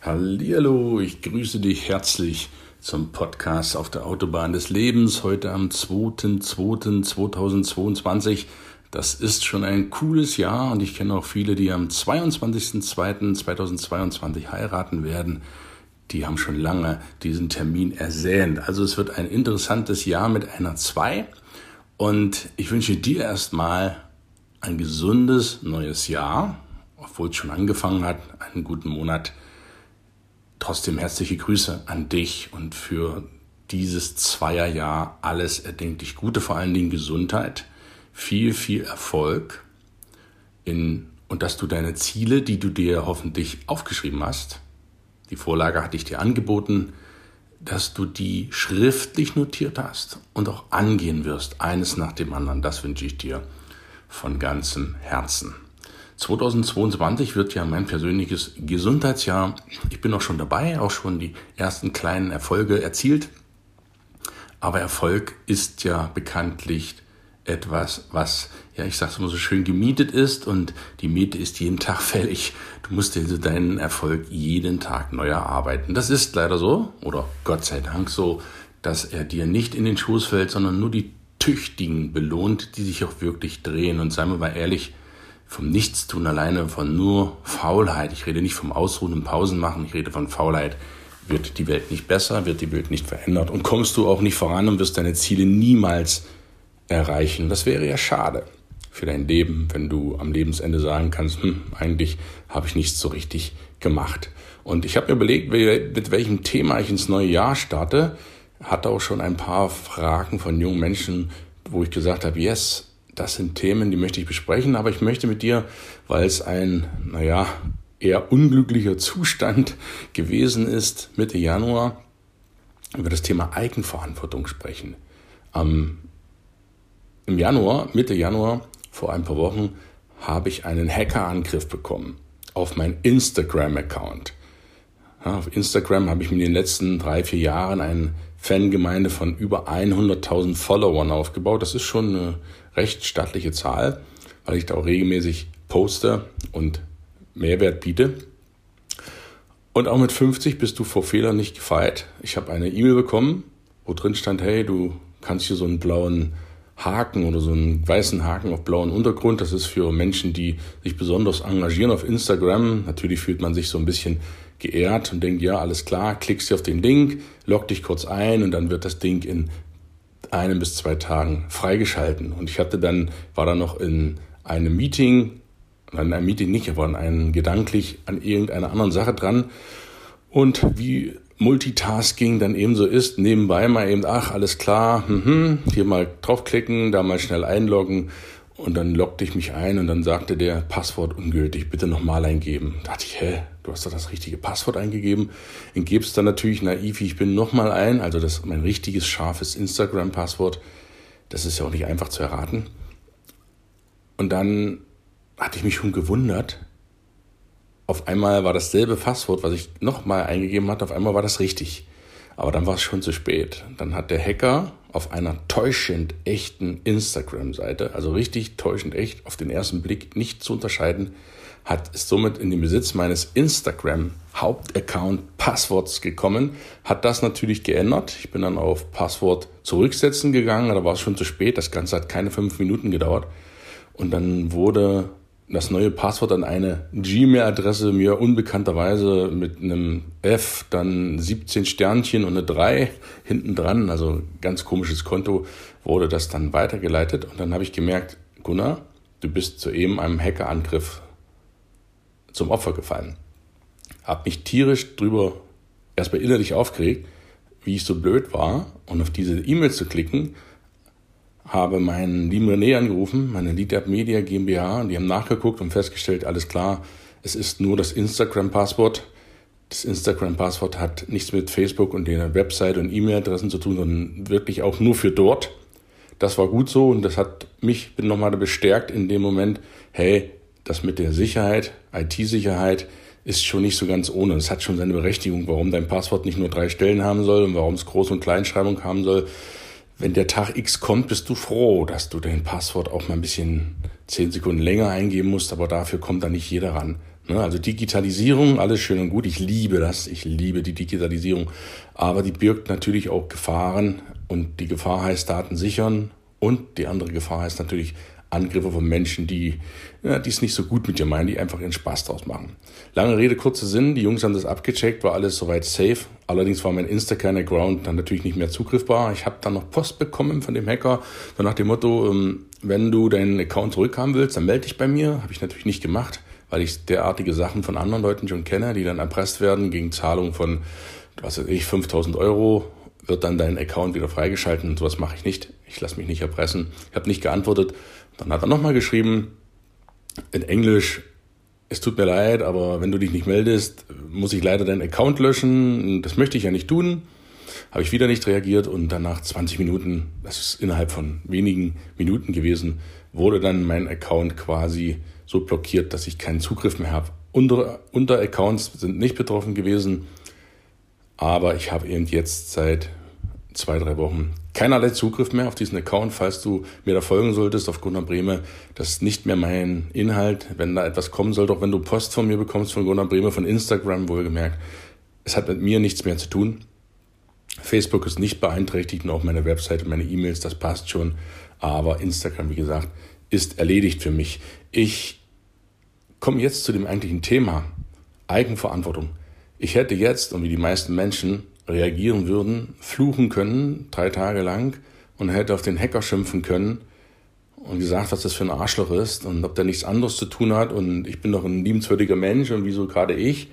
Hallihallo, ich grüße dich herzlich zum Podcast auf der Autobahn des Lebens, heute am 2.2.2022. Das ist schon ein cooles Jahr und ich kenne auch viele, die am 22.02.2022 heiraten werden. Die haben schon lange diesen Termin ersehnt. Also es wird ein interessantes Jahr mit einer 2 und ich wünsche dir erstmal ein gesundes neues Jahr, obwohl es schon angefangen hat, einen guten Monat. Trotzdem herzliche Grüße an dich und für dieses Zweierjahr alles erdenklich Gute, vor allen Dingen Gesundheit, viel Erfolg und dass du deine Ziele, die du dir hoffentlich aufgeschrieben hast, die Vorlage hatte ich dir angeboten, dass du die schriftlich notiert hast und auch angehen wirst, eines nach dem anderen. Das wünsche ich dir von ganzem Herzen. 2022 wird ja mein persönliches Gesundheitsjahr. Ich bin auch schon dabei, auch schon die ersten kleinen Erfolge erzielt. Aber Erfolg ist ja bekanntlich etwas, was, ja, ich sag's immer so schön, gemietet ist und die Miete ist jeden Tag fällig. Du musst dir deinen Erfolg jeden Tag neu erarbeiten. Das ist leider so, oder Gott sei Dank so, dass er dir nicht in den Schoß fällt, sondern nur die Tüchtigen belohnt, die sich auch wirklich drehen. Und seien wir mal ehrlich, vom Nichtstun alleine, von nur Faulheit, ich rede nicht vom Ausruhen und Pausen machen, ich rede von Faulheit, wird die Welt nicht besser, wird die Welt nicht verändert und kommst du auch nicht voran und wirst deine Ziele niemals erreichen. Das wäre ja schade für dein Leben, wenn du am Lebensende sagen kannst, eigentlich habe ich nichts so richtig gemacht. Und ich habe mir überlegt, mit welchem Thema ich ins neue Jahr starte, hatte auch schon ein paar Fragen von jungen Menschen, wo ich gesagt habe, yes, das sind Themen, die möchte ich besprechen, aber ich möchte mit dir, weil es ein, eher unglücklicher Zustand gewesen ist, Mitte Januar, über das Thema Eigenverantwortung sprechen. Mitte Januar, vor ein paar Wochen, habe ich einen Hackerangriff bekommen auf meinen Instagram-Account. Ja, auf Instagram habe ich mir in den letzten 3-4 Jahren eine Fangemeinde von über 100.000 Followern aufgebaut. Das ist schon eine recht stattliche Zahl, weil ich da auch regelmäßig poste und Mehrwert biete. Und auch mit 50 bist du vor Fehlern nicht gefeit. Ich habe eine E-Mail bekommen, wo drin stand, hey, du kannst hier so einen blauen Haken oder so einen weißen Haken auf blauen Untergrund. Das ist für Menschen, die sich besonders engagieren auf Instagram. Natürlich fühlt man sich so ein bisschen geehrt und denkt, ja, alles klar, klickst du auf den Link, log dich kurz ein und dann wird das Ding in 1 bis 2 Tagen freigeschalten. Und ich war dann noch in einem Meeting, aber in einem gedanklich an irgendeiner anderen Sache dran. Und wie Multitasking dann eben so ist, nebenbei mal eben, alles klar, hier mal draufklicken, da mal schnell einloggen. Und dann loggte ich mich ein und dann sagte der Passwort ungültig, bitte nochmal eingeben. Da dachte ich, du hast doch das richtige Passwort eingegeben. Und gebe es dann natürlich naiv, wie ich bin, nochmal ein. Also das ist mein richtiges, scharfes Instagram-Passwort. Das ist ja auch nicht einfach zu erraten. Und dann hatte ich mich schon gewundert. Auf einmal war dasselbe Passwort, was ich nochmal eingegeben hatte, auf einmal war das richtig. Aber dann war es schon zu spät. Dann hat der Hacker auf einer täuschend echten Instagram-Seite, also richtig täuschend echt, auf den ersten Blick nicht zu unterscheiden, ist somit in den Besitz meines Instagram-Hauptaccount-Passworts gekommen, hat das natürlich geändert. Ich bin dann auf Passwort zurücksetzen gegangen, da war es schon zu spät. Das Ganze hat keine 5 Minuten gedauert. Und dann wurde das neue Passwort an eine Gmail-Adresse mir unbekannterweise mit einem F, dann 17 Sternchen und eine 3 hinten dran, also ganz komisches Konto, wurde das dann weitergeleitet. Und dann habe ich gemerkt, Gunnar, du bist soeben einem Hackerangriff zum Opfer gefallen. Habe mich tierisch drüber erstmal innerlich aufgeregt, wie ich so blöd war, und auf diese E-Mail zu klicken, habe meinen lieben René angerufen, meine Lead Media GmbH, und die haben nachgeguckt und festgestellt, alles klar, es ist nur das Instagram-Passwort. Das Instagram-Passwort hat nichts mit Facebook und der Website und E-Mail-Adressen zu tun, sondern wirklich auch nur für dort. Das war gut so und das hat mich nochmal bestärkt in dem Moment, hey, das mit der Sicherheit, IT-Sicherheit ist schon nicht so ganz ohne. Es hat schon seine Berechtigung, warum dein Passwort nicht nur 3 Stellen haben soll und warum es Groß- und Kleinschreibung haben soll. Wenn der Tag X kommt, bist du froh, dass du dein Passwort auch mal ein bisschen 10 Sekunden länger eingeben musst, aber dafür kommt da nicht jeder ran. Also Digitalisierung, alles schön und gut. Ich liebe das. Ich liebe die Digitalisierung. Aber die birgt natürlich auch Gefahren. Und die Gefahr heißt Daten sichern. Und die andere Gefahr heißt natürlich Angriffe von Menschen, die es nicht so gut mit dir meinen, die einfach ihren Spaß draus machen. Lange Rede, kurzer Sinn. Die Jungs haben das abgecheckt, war alles soweit safe. Allerdings war mein Instagram-Account dann natürlich nicht mehr zugriffbar. Ich habe dann noch Post bekommen von dem Hacker, so nach dem Motto, wenn du deinen Account zurückhaben willst, dann melde dich bei mir. Habe ich natürlich nicht gemacht, weil ich derartige Sachen von anderen Leuten schon kenne, die dann erpresst werden gegen Zahlung von, 5.000 Euro, wird dann dein Account wieder freigeschalten. Und sowas mache ich nicht. Ich lasse mich nicht erpressen. Ich habe nicht geantwortet. Dann hat er nochmal geschrieben, in Englisch, es tut mir leid, aber wenn du dich nicht meldest, muss ich leider deinen Account löschen. Das möchte ich ja nicht tun. Habe ich wieder nicht reagiert und dann nach 20 Minuten, das ist innerhalb von wenigen Minuten gewesen, wurde dann mein Account quasi so blockiert, dass ich keinen Zugriff mehr habe. Unteraccounts sind nicht betroffen gewesen, aber ich habe eben jetzt seit 2-3 Wochen keinerlei Zugriff mehr auf diesen Account. Falls du mir da folgen solltest auf Gunnar Brehme, das ist nicht mehr mein Inhalt. Wenn da etwas kommen sollte, auch wenn du Post von mir bekommst, von Gunnar Brehme, von Instagram, wohlgemerkt, es hat mit mir nichts mehr zu tun. Facebook ist nicht beeinträchtigt und auch meine Website und meine E-Mails, das passt schon. Aber Instagram, wie gesagt, ist erledigt für mich. Ich komme jetzt zu dem eigentlichen Thema, Eigenverantwortung. Ich hätte jetzt, und wie die meisten Menschen reagieren würden, fluchen können, 3 Tage lang und hätte auf den Hacker schimpfen können und gesagt, was das für ein Arschloch ist und ob der nichts anderes zu tun hat und ich bin doch ein liebenswürdiger Mensch und wieso gerade ich?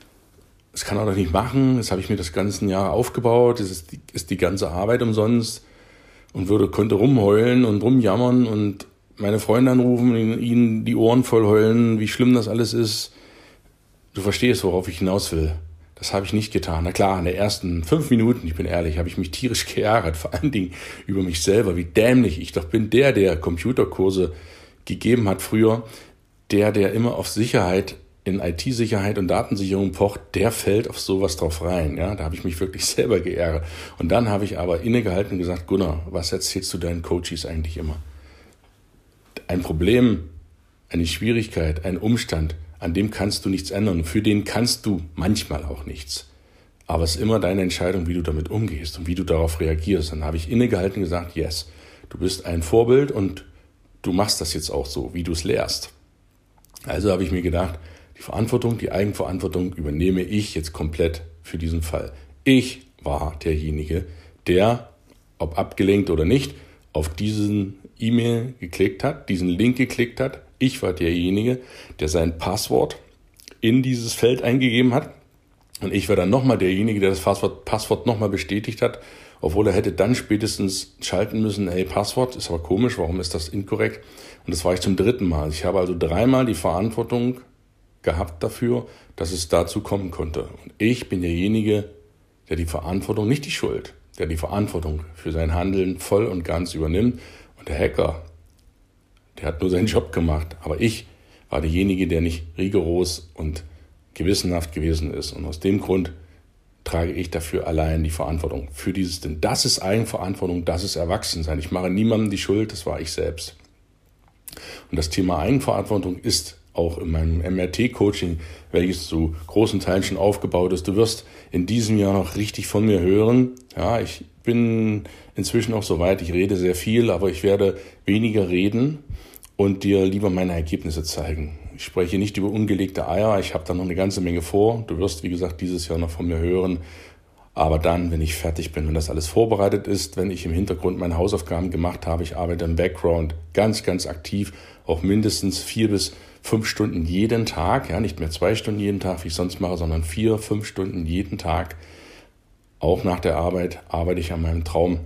Das kann er doch nicht machen, das habe ich mir das ganze Jahr aufgebaut, das ist die ganze Arbeit umsonst und konnte rumheulen und rumjammern und meine Freunde anrufen und ihnen die Ohren voll heulen, wie schlimm das alles ist. Du verstehst, worauf ich hinaus will. Das habe ich nicht getan. Na klar, in den ersten 5 Minuten, ich bin ehrlich, habe ich mich tierisch geärgert, vor allen Dingen über mich selber, wie dämlich ich doch bin, der Computerkurse gegeben hat früher, der immer auf Sicherheit, in IT-Sicherheit und Datensicherung pocht, der fällt auf sowas drauf rein. Ja, da habe ich mich wirklich selber geärgert. Und dann habe ich aber innegehalten und gesagt, Gunnar, was erzählst du deinen Coaches eigentlich immer? Ein Problem, eine Schwierigkeit, ein Umstand, an dem kannst du nichts ändern. Für den kannst du manchmal auch nichts. Aber es ist immer deine Entscheidung, wie du damit umgehst und wie du darauf reagierst. Dann habe ich innegehalten und gesagt, yes, du bist ein Vorbild und du machst das jetzt auch so, wie du es lehrst. Also habe ich mir gedacht, die Verantwortung, die Eigenverantwortung übernehme ich jetzt komplett für diesen Fall. Ich war derjenige, der, ob abgelenkt oder nicht, auf diesen E-Mail geklickt hat, diesen Link geklickt hat. Ich war derjenige, der sein Passwort in dieses Feld eingegeben hat. Und ich war dann nochmal derjenige, der das Passwort nochmal bestätigt hat, obwohl er hätte dann spätestens schalten müssen, hey, Passwort, ist aber komisch, warum ist das inkorrekt? Und das war ich zum 3. Mal. Ich habe also 3-mal die Verantwortung gehabt dafür, dass es dazu kommen konnte. Und ich bin derjenige, der die Verantwortung, nicht die Schuld, der die Verantwortung für sein Handeln voll und ganz übernimmt. Und der Hacker, der hat nur seinen Job gemacht. Aber ich war derjenige, der nicht rigoros und gewissenhaft gewesen ist. Und aus dem Grund trage ich dafür allein die Verantwortung für dieses. Denn das ist Eigenverantwortung, das ist Erwachsensein. Ich mache niemandem die Schuld, das war ich selbst. Und das Thema Eigenverantwortung ist auch in meinem MRT-Coaching, welches zu großen Teilen schon aufgebaut ist. Du wirst in diesem Jahr noch richtig von mir hören. Ja, ich bin inzwischen auch so weit, ich rede sehr viel, aber ich werde weniger reden und dir lieber meine Ergebnisse zeigen. Ich spreche nicht über ungelegte Eier, ich habe da noch eine ganze Menge vor. Du wirst, wie gesagt, dieses Jahr noch von mir hören. Aber dann, wenn ich fertig bin, wenn das alles vorbereitet ist, wenn ich im Hintergrund meine Hausaufgaben gemacht habe, ich arbeite im Background ganz, ganz aktiv, auch mindestens 4 bis 5 Stunden jeden Tag, ja, nicht mehr 2 Stunden jeden Tag, wie ich sonst mache, sondern 4, 5 Stunden jeden Tag. Auch nach der Arbeit arbeite ich an meinem Traum.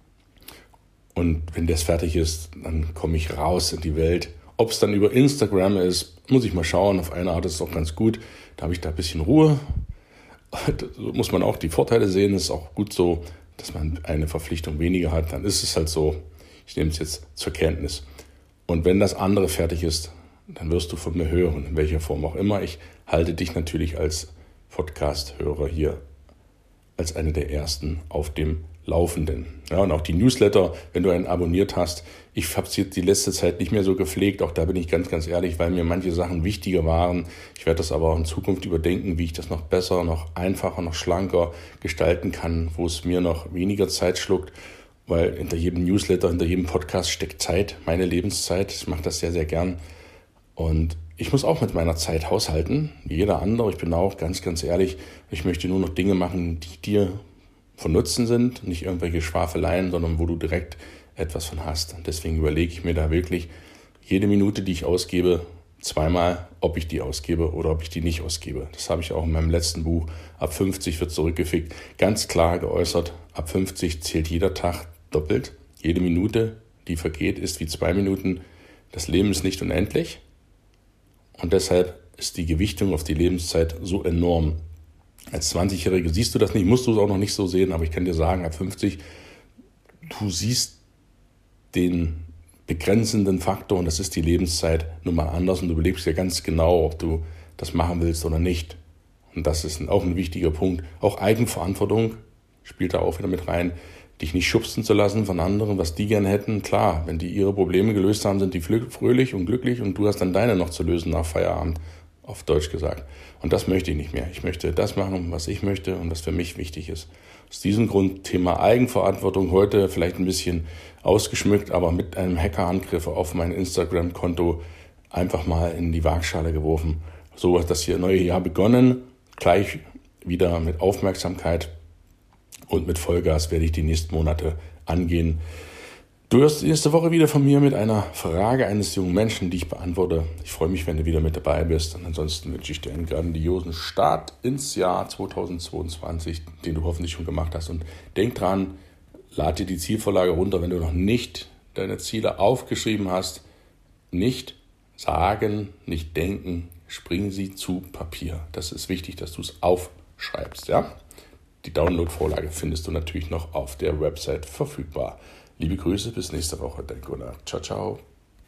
Und wenn das fertig ist, dann komme ich raus in die Welt. Ob es dann über Instagram ist, muss ich mal schauen. Auf eine Art ist es auch ganz gut. Da habe ich da ein bisschen Ruhe. Da muss man auch die Vorteile sehen. Es ist auch gut so, dass man eine Verpflichtung weniger hat. Dann ist es halt so. Ich nehme es jetzt zur Kenntnis. Und wenn das andere fertig ist, dann wirst du von mir hören, in welcher Form auch immer. Ich halte dich natürlich als Podcast-Hörer hier als eine der ersten auf dem Laufenden. Ja, und auch die Newsletter, wenn du einen abonniert hast, ich habe sie die letzte Zeit nicht mehr so gepflegt, auch da bin ich ganz, ganz ehrlich, weil mir manche Sachen wichtiger waren. Ich werde das aber auch in Zukunft überdenken, wie ich das noch besser, noch einfacher, noch schlanker gestalten kann, wo es mir noch weniger Zeit schluckt, weil hinter jedem Newsletter, hinter jedem Podcast steckt Zeit, meine Lebenszeit. Ich mache das sehr, sehr gern. Und ich muss auch mit meiner Zeit haushalten, wie jeder andere. Ich bin auch ganz, ganz ehrlich, ich möchte nur noch Dinge machen, die dir von Nutzen sind, nicht irgendwelche Schwafeleien, sondern wo du direkt etwas von hast. Und deswegen überlege ich mir da wirklich jede Minute, die ich ausgebe, zweimal, ob ich die ausgebe oder ob ich die nicht ausgebe. Das habe ich auch in meinem letzten Buch, Ab 50 wird zurückgefickt, ganz klar geäußert. Ab 50 zählt jeder Tag doppelt. Jede Minute, die vergeht, ist wie 2 Minuten. Das Leben ist nicht unendlich. Und deshalb ist die Gewichtung auf die Lebenszeit so enorm. Als 20-Jährige siehst du das nicht, musst du es auch noch nicht so sehen, aber ich kann dir sagen, ab 50, du siehst den begrenzenden Faktor und das ist die Lebenszeit nun mal anders und du überlegst ja ganz genau, ob du das machen willst oder nicht. Und das ist auch ein wichtiger Punkt. Auch Eigenverantwortung spielt da auch wieder mit rein, dich nicht schubsen zu lassen von anderen, was die gerne hätten. Klar, wenn die ihre Probleme gelöst haben, sind die fröhlich und glücklich und du hast dann deine noch zu lösen nach Feierabend, auf Deutsch gesagt. Und das möchte ich nicht mehr. Ich möchte das machen, was ich möchte und was für mich wichtig ist. Aus diesem Grund Thema Eigenverantwortung heute vielleicht ein bisschen ausgeschmückt, aber mit einem Hackerangriff auf mein Instagram-Konto einfach mal in die Waagschale geworfen. So hat das hier neue Jahr begonnen. Gleich wieder mit Aufmerksamkeit und mit Vollgas werde ich die nächsten Monate angehen. Du hörst nächste Woche wieder von mir mit einer Frage eines jungen Menschen, die ich beantworte. Ich freue mich, wenn du wieder mit dabei bist. Und ansonsten wünsche ich dir einen grandiosen Start ins Jahr 2022, den du hoffentlich schon gemacht hast. Und denk dran, lad dir die Zielvorlage runter, wenn du noch nicht deine Ziele aufgeschrieben hast. Nicht sagen, nicht denken, springen sie zu Papier. Das ist wichtig, dass du es aufschreibst. Ja? Die Download-Vorlage findest du natürlich noch auf der Website verfügbar. Liebe Grüße, bis nächste Woche. Dein Gunnar. Ciao, ciao.